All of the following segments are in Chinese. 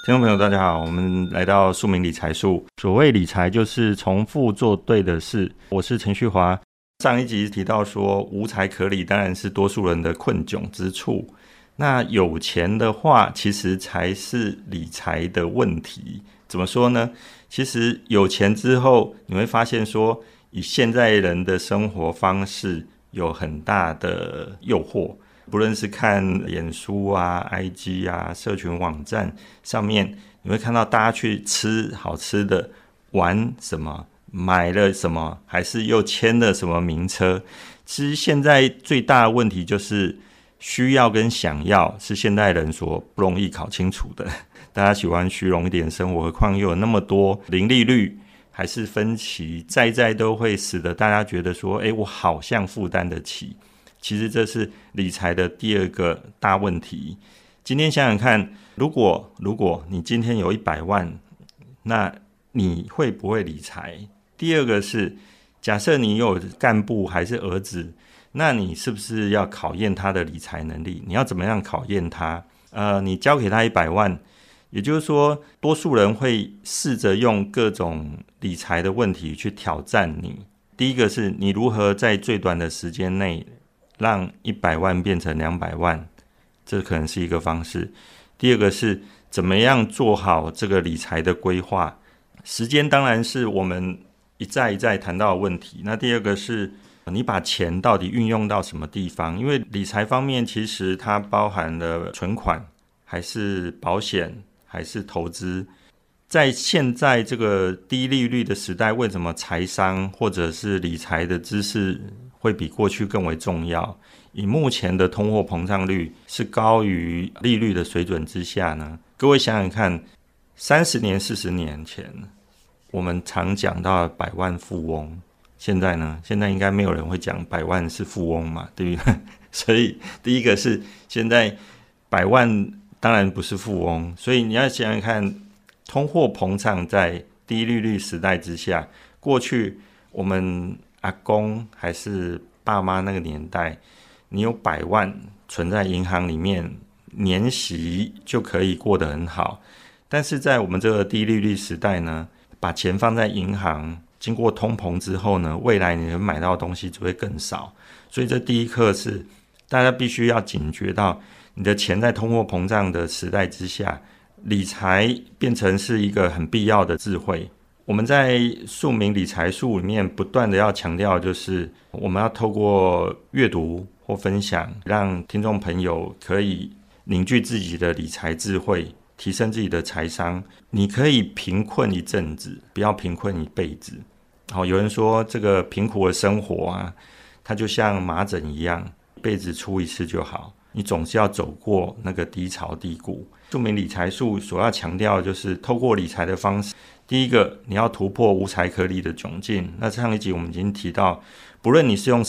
听众朋友大家好，我们来到庶民理财术。所谓理财就是重复做对的事。我是陈旭华。上一集提到说无财可理当然是多数人的困窘之处，那有钱的话其实才是理财的问题。怎么说呢？其实有钱之后你会发现说，以现在人的生活方式有很大的诱惑，不论是看脸书啊、IG 啊、社群网站上面，你会看到大家去吃好吃的，玩什么，买了什么，还是又签了什么名车。其实现在最大的问题就是需要跟想要是现代人所不容易搞清楚的。大家喜欢虚荣一点生活，何况又有那么多零利率还是分期，在都会使得大家觉得说，我好像负担得起。其实这是理财的第二个大问题。今天想想看，如果你今天有100万，那你会不会理财？第二个是，假设你有干部还是儿子，那你是不是要考验他的理财能力？你要怎么样考验他？你交给他100万，也就是说，多数人会试着用各种理财的问题去挑战你。第一个是你如何在最短的时间内让100万变成200万，这可能是一个方式。第二个是怎么样做好这个理财的规划。时间当然是我们一再一再谈到的问题。那第二个是你把钱到底运用到什么地方，因为理财方面其实它包含了存款，还是保险，还是投资。在现在这个低利率的时代，为什么财商或者是理财的知识会比过去更为重要？以目前的通货膨胀率是高于利率的水准之下呢，各位想想看，30年40年前我们常讲到100万富翁，现在呢？现在应该没有人会讲100万是富翁嘛，对不对？所以第一个是现在100万当然不是富翁，所以你要想想看，通货膨胀在低利率时代之下，过去我们阿公还是爸妈那个年代，你有100万存在银行里面，年息就可以过得很好。但是在我们这个低利率时代呢，把钱放在银行，经过通膨之后呢，未来你能买到的东西只会更少。所以这第一课是大家必须要警觉到，你的钱在通货膨胀的时代之下，理财变成是一个很必要的智慧。我们在庶民理财术里面不断的要强调，就是我们要透过阅读或分享，让听众朋友可以凝聚自己的理财智慧，提升自己的财商。你可以贫困一阵子，不要贫困一辈子。有人说这个贫苦的生活啊，它就像麻疹一样，一辈子出一次就好，你总是要走过那个低潮低谷。庶民理财术所要强调的就是透过理财的方式，第一个你要突破无财可理的窘境。那上一集我们已经提到，不论你是用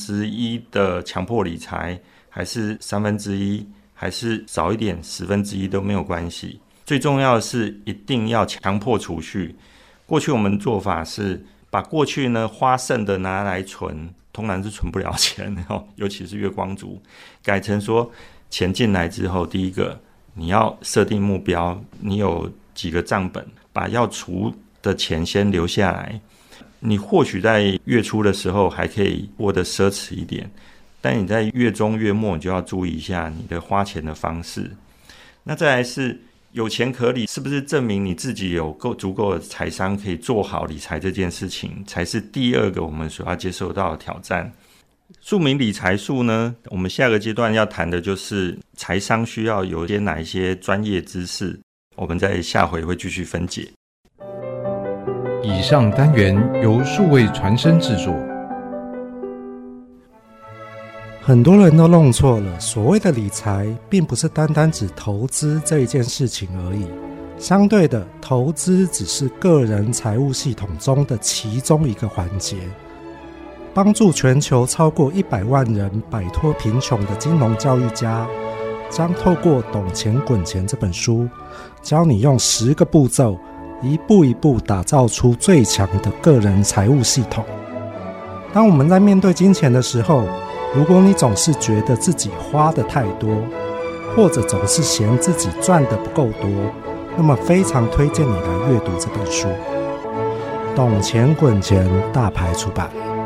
1/4的强迫理财，还是1/3，还是少一点1/10都没有关系。最重要的是一定要强迫储蓄。过去我们做法是把过去呢花剩的拿来存，通常是存不了钱，尤其是月光族。改成说钱进来之后，第一个你要设定目标，你有几个账本，把要除的钱先留下来。你或许在月初的时候还可以过得奢侈一点，但你在月中月末你就要注意一下你的花钱的方式。那再来是有钱可理，是不是证明你自己有足够的财商可以做好理财这件事情，才是第二个我们所要接受到的挑战。庶民理财术呢，我们下个阶段要谈的就是财商需要有哪一些专业知识，我们在下回会继续分解。 以上单元由数位传声制作。 很多人都弄错了，所谓的理财并不是单单指投资这一件事情而已。相对的，投资只是个人财务系统中的其中一个环节。帮助全球超过100万人摆脱贫穷的金融教育家，将透过《懂钱滚钱》这本书，教你用10个步骤，一步一步打造出最强的个人财务系统。当我们在面对金钱的时候，如果你总是觉得自己花的太多，或者总是嫌自己赚的不够多， 那么非常推荐你来阅读这本书。懂钱滚钱大牌出版。